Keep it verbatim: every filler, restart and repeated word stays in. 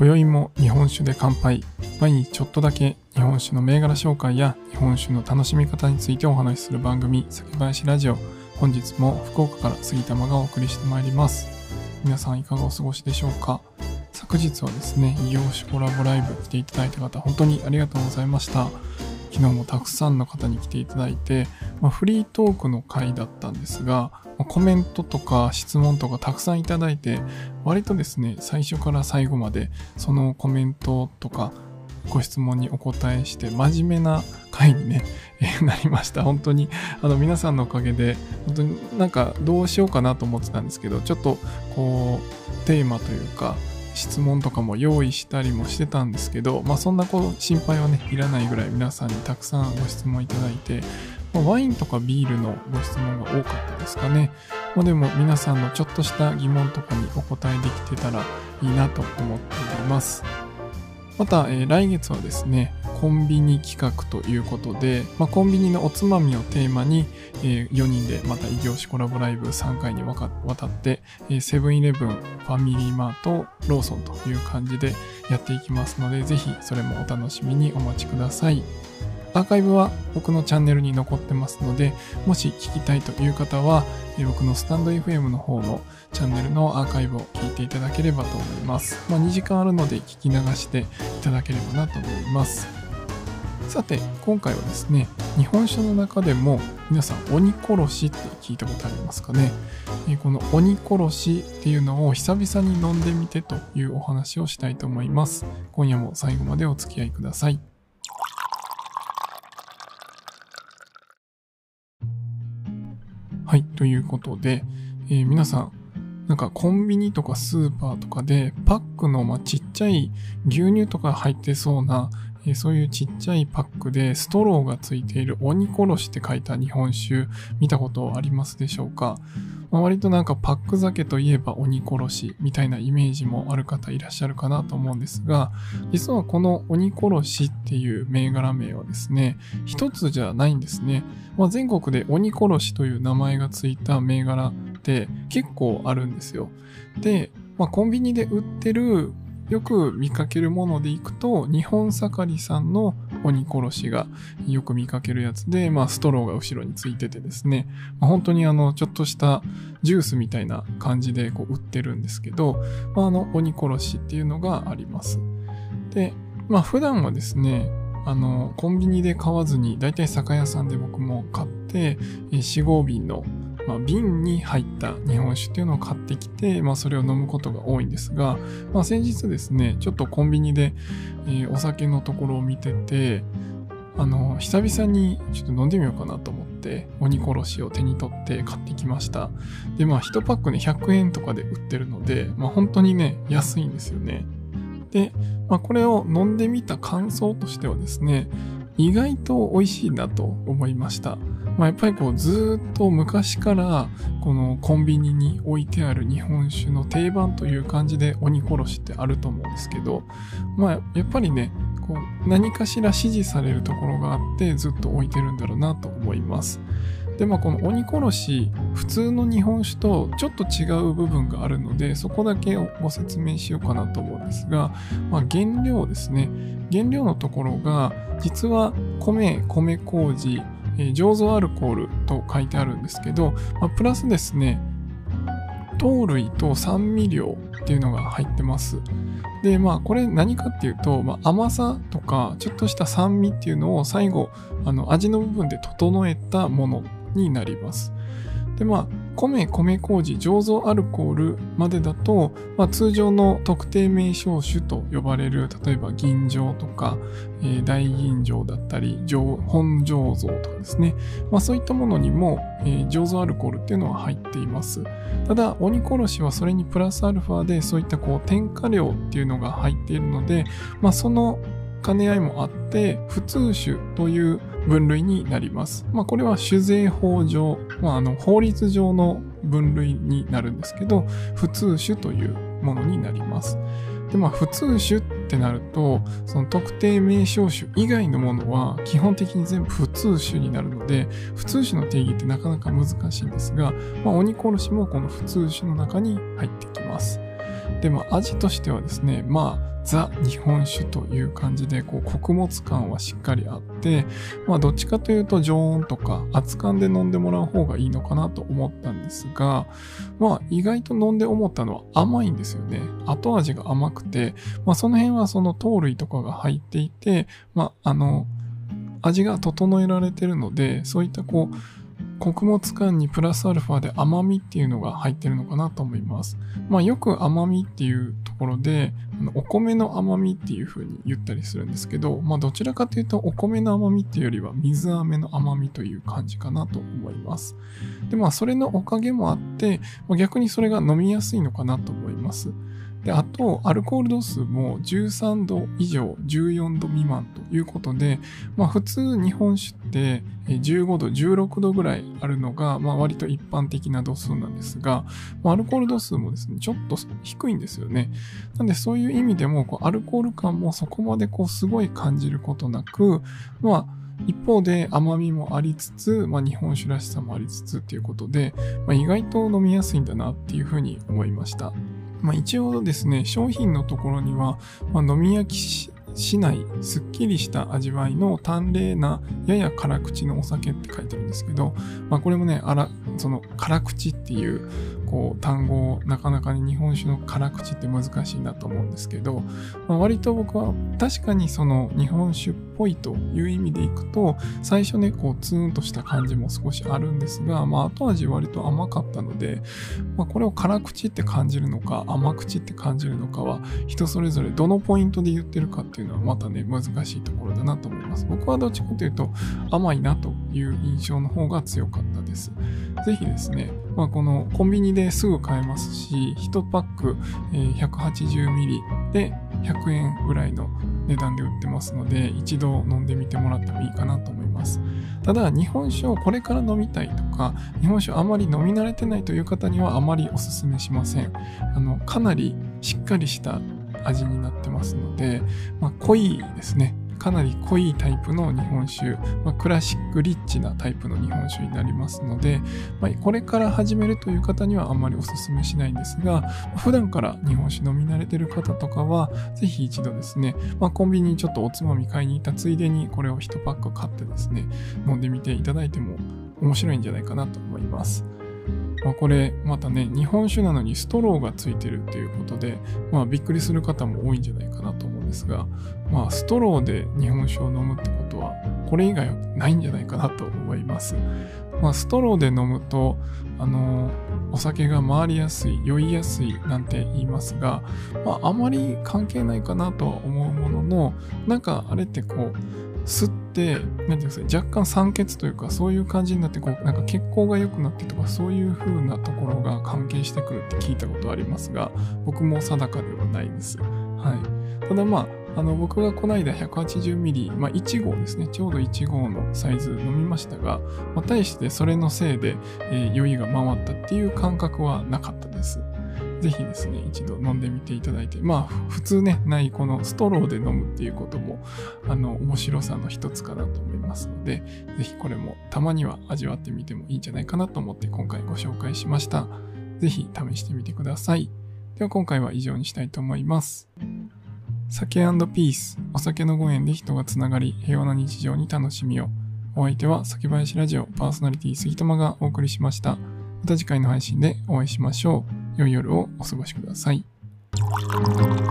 今宵も日本酒で乾杯。毎日ちょっとだけ日本酒の銘柄紹介や日本酒の楽しみ方についてお話しする番組、酒林ラジオ。本日も福岡から杉玉がお送りしてまいります。皆さんいかがお過ごしでしょうか。昨日はですね、異業種コラボライブ来ていただいた方、本当にありがとうございました。昨日もたくさんの方に来ていただいて、まあ、フリートークの回だったんですが、まあ、コメントとか質問とかたくさんいただいて、割とですね、最初から最後までそのコメントとかご質問にお答えして真面目な回にね、えー、なりました。本当にあの皆さんのおかげで、本当になんかどうしようかなと思ってたんですけど、ちょっとこうテーマというか質問とかも用意したりもしてたんですけど、まあそんなこう心配はねいらないぐらい皆さんにたくさんご質問いただいて、まあ、ワインとかビールのご質問が多かったですかね。まあ、でも皆さんのちょっとした疑問とかにお答えできてたらいいなと思っております。また、えー、来月はですね、コンビニ企画ということで、まあ、コンビニのおつまみをテーマに、えー、よにんでまた異業種コラボライブさんかいにわたって、セブンイレブン、ファミリーマート、ローソンという感じでやっていきますので、ぜひそれもお楽しみにお待ちください。アーカイブは僕のチャンネルに残ってますので、もし聞きたいという方は、僕のスタンド エフエム の方のチャンネルのアーカイブを聞いていただければと思います。まあ、にじかんあるので聞き流していただければなと思います。さて、今回はですね、日本酒の中でも皆さん鬼殺しって聞いたことありますかね。この鬼殺しっていうのを久々に飲んでみてというお話をしたいと思います。今夜も最後までお付き合いください。はい、ということで、えー、皆さん、なんかコンビニとかスーパーとかでパックの、まあ、ちっちゃい牛乳とか入ってそうな、えー、そういうちっちゃいパックでストローがついている鬼殺しって書いた日本酒見たことありますでしょうか。まあ、割となんかパック酒といえば鬼殺しみたいなイメージもある方いらっしゃるかなと思うんですが、実はこの鬼殺しっていう銘柄名はですね、一つじゃないんですね。まあ、全国で鬼殺しという名前がついた銘柄って結構あるんですよ。で、まあ、コンビニで売ってるよく見かけるものでいくと、日本盛りさんの鬼殺しがよく見かけるやつで、まあストローが後ろについててですね、まあ、本当にあのちょっとしたジュースみたいな感じでこう売ってるんですけど、まあ、あの鬼殺しっていうのがあります。で、まあ普段はですね、あのコンビニで買わずにだいたい酒屋さんで僕も買ってよん、ごびんのまあ、瓶に入った日本酒っていうのを買ってきて、まあ、それを飲むことが多いんですが、まあ、先日ですね、ちょっとコンビニで、えー、お酒のところを見てて、あの、久々にちょっと飲んでみようかなと思って、鬼殺しを手に取って買ってきました。で、まあ、いちパックね、ひゃくえんとかで売ってるので、まあ、本当にね、安いんですよね。で、まあ、これを飲んでみた感想としてはですね、意外と美味しいなと思いました。まあ、やっぱりこうずっと昔からこのコンビニに置いてある日本酒の定番という感じで鬼殺しってあると思うんですけど、まあやっぱりね、こう何かしら支持されるところがあってずっと置いてるんだろうなと思います。で、まあこの鬼殺し、普通の日本酒とちょっと違う部分があるので、そこだけご説明しようかなと思うんですが、まあ原料ですね。原料のところが実は米、米麹、醸造アルコールと書いてあるんですけど、まあ、プラスですね、糖類と酸味料っていうのが入ってます。で、まあこれ何かっていうと、まあ、甘さとかちょっとした酸味っていうのを最後、あの味の部分で整えたものになります。で、まあ、米、米麹、醸造アルコールまでだと、まあ、通常の特定名称酒と呼ばれる、例えば吟醸とか、えー、大吟醸だったり、本醸造とかですね。まあ、そういったものにも、えー、醸造アルコールっていうのは入っています。ただ、鬼殺しはそれにプラスアルファで、そういったこう、添加量っていうのが入っているので、まあ、その兼ね合いもあって、普通酒という分類になります。まあこれは酒税法上、まああの法律上の分類になるんですけど、普通酒というものになります。で、まあ普通酒ってなると、その特定名称酒以外のものは基本的に全部普通酒になるので、普通酒の定義ってなかなか難しいんですが、まあ鬼殺しもこの普通酒の中に入ってきます。で、まあ味としてはですね、まあザ日本酒という感じで、こう穀物感はしっかりあって、まあどっちかというと常温とか熱燗で飲んでもらう方がいいのかなと思ったんですが、まあ意外と飲んで思ったのは甘いんですよね。後味が甘くて、まあその辺はその糖類とかが入っていて、まああの、味が整えられてるので、そういったこう、穀物感にプラスアルファで甘みっていうのが入ってるのかなと思います。まあよく甘みっていうところで、あのお米の甘みっていう風に言ったりするんですけど、まあどちらかというとお米の甘みっていうよりは水飴の甘みという感じかなと思います。でまあそれのおかげもあって、まあ、逆にそれが飲みやすいのかなと思います。で、あと、アルコール度数もじゅうさんど以上、じゅうよんど未満ということで、まあ普通日本酒ってじゅうごど、じゅうろくどぐらいあるのが、まあ割と一般的な度数なんですが、まあ、アルコール度数もですね、ちょっと低いんですよね。なんでそういう意味でも、こうアルコール感もそこまでこうすごい感じることなく、まあ一方で甘みもありつつ、まあ、日本酒らしさもありつつっていうことで、まあ、意外と飲みやすいんだなっていうふうに思いました。まあ、一応ですね、商品のところには、まあ、飲み飽きししないすっきりした味わいの淡麗なやや辛口のお酒って書いてるんですけど、まあ、これもね、あら、その辛口っていうこう単語をなかなかに日本酒の辛口って難しいなと思うんですけど、まあ、割と僕は確かにその日本酒っぽいという意味でいくと、最初ね、こうツーンとした感じも少しあるんですが、まあ後味割と甘かったので、まあ、これを辛口って感じるのか甘口って感じるのかは人それぞれどのポイントで言ってるかっていうのはまたね、難しいところだなと思います。僕はどっちかというと甘いなという印象の方が強かったです。ぜひですね、まあ、このコンビニですぐ買えますし、いちパック ひゃくはちじゅうミリ でひゃくえんぐらいの値段で売ってますので、一度飲んでみてもらってもいいかなと思います。ただ、日本酒をこれから飲みたいとか、日本酒をあまり飲み慣れてないという方にはあまりおすすめしません。あの、かなりしっかりした味になってますので、まあ、濃いですね。かなり濃いタイプの日本酒、まあ、クラシックリッチなタイプの日本酒になりますので、まあ、これから始めるという方にはあんまりおすすめしないんですが、普段から日本酒飲み慣れてる方とかは、ぜひ一度ですね、まあ、コンビニにちょっとおつまみ買いに行ったついでにこれをいちパック買ってですね、飲んでみていただいても面白いんじゃないかなと思います。まあ、これまたね、日本酒なのにストローがついてるっていうことで、まあびっくりする方も多いんじゃないかなと思うんですが、まあストローで日本酒を飲むってことは、これ以外はないんじゃないかなと思います。まあストローで飲むと、あのー、お酒が回りやすい、酔いやすいなんて言いますが、まああまり関係ないかなとは思うものの、なんかあれってこう、吸って、なんていうんですか、若干酸欠というか、そういう感じになって、こう、なんか血行が良くなってとか、そういう風なところが関係してくるって聞いたことありますが、僕も定かではないです。はい。ただまあ、あの、僕がこの間 ひゃくはちじゅうミリ、まあいちごうですね、ちょうどいちごうのサイズ飲みましたが、まあ対してそれのせいで、えー、酔いが回ったっていう感覚はなかったです。ぜひですね、一度飲んでみていただいて、まあ、普通ね、ないこのストローで飲むっていうことも、あの、面白さの一つかなと思いますので、ぜひこれもたまには味わってみてもいいんじゃないかなと思って今回ご紹介しました。ぜひ試してみてください。では今回は以上にしたいと思います。酒&ピース、お酒のご縁で人がつながり、平和な日常に楽しみを。お相手は酒林ラジオパーソナリティ杉玉がお送りしました。また次回の配信でお会いしましょう。良い夜をお過ごしください。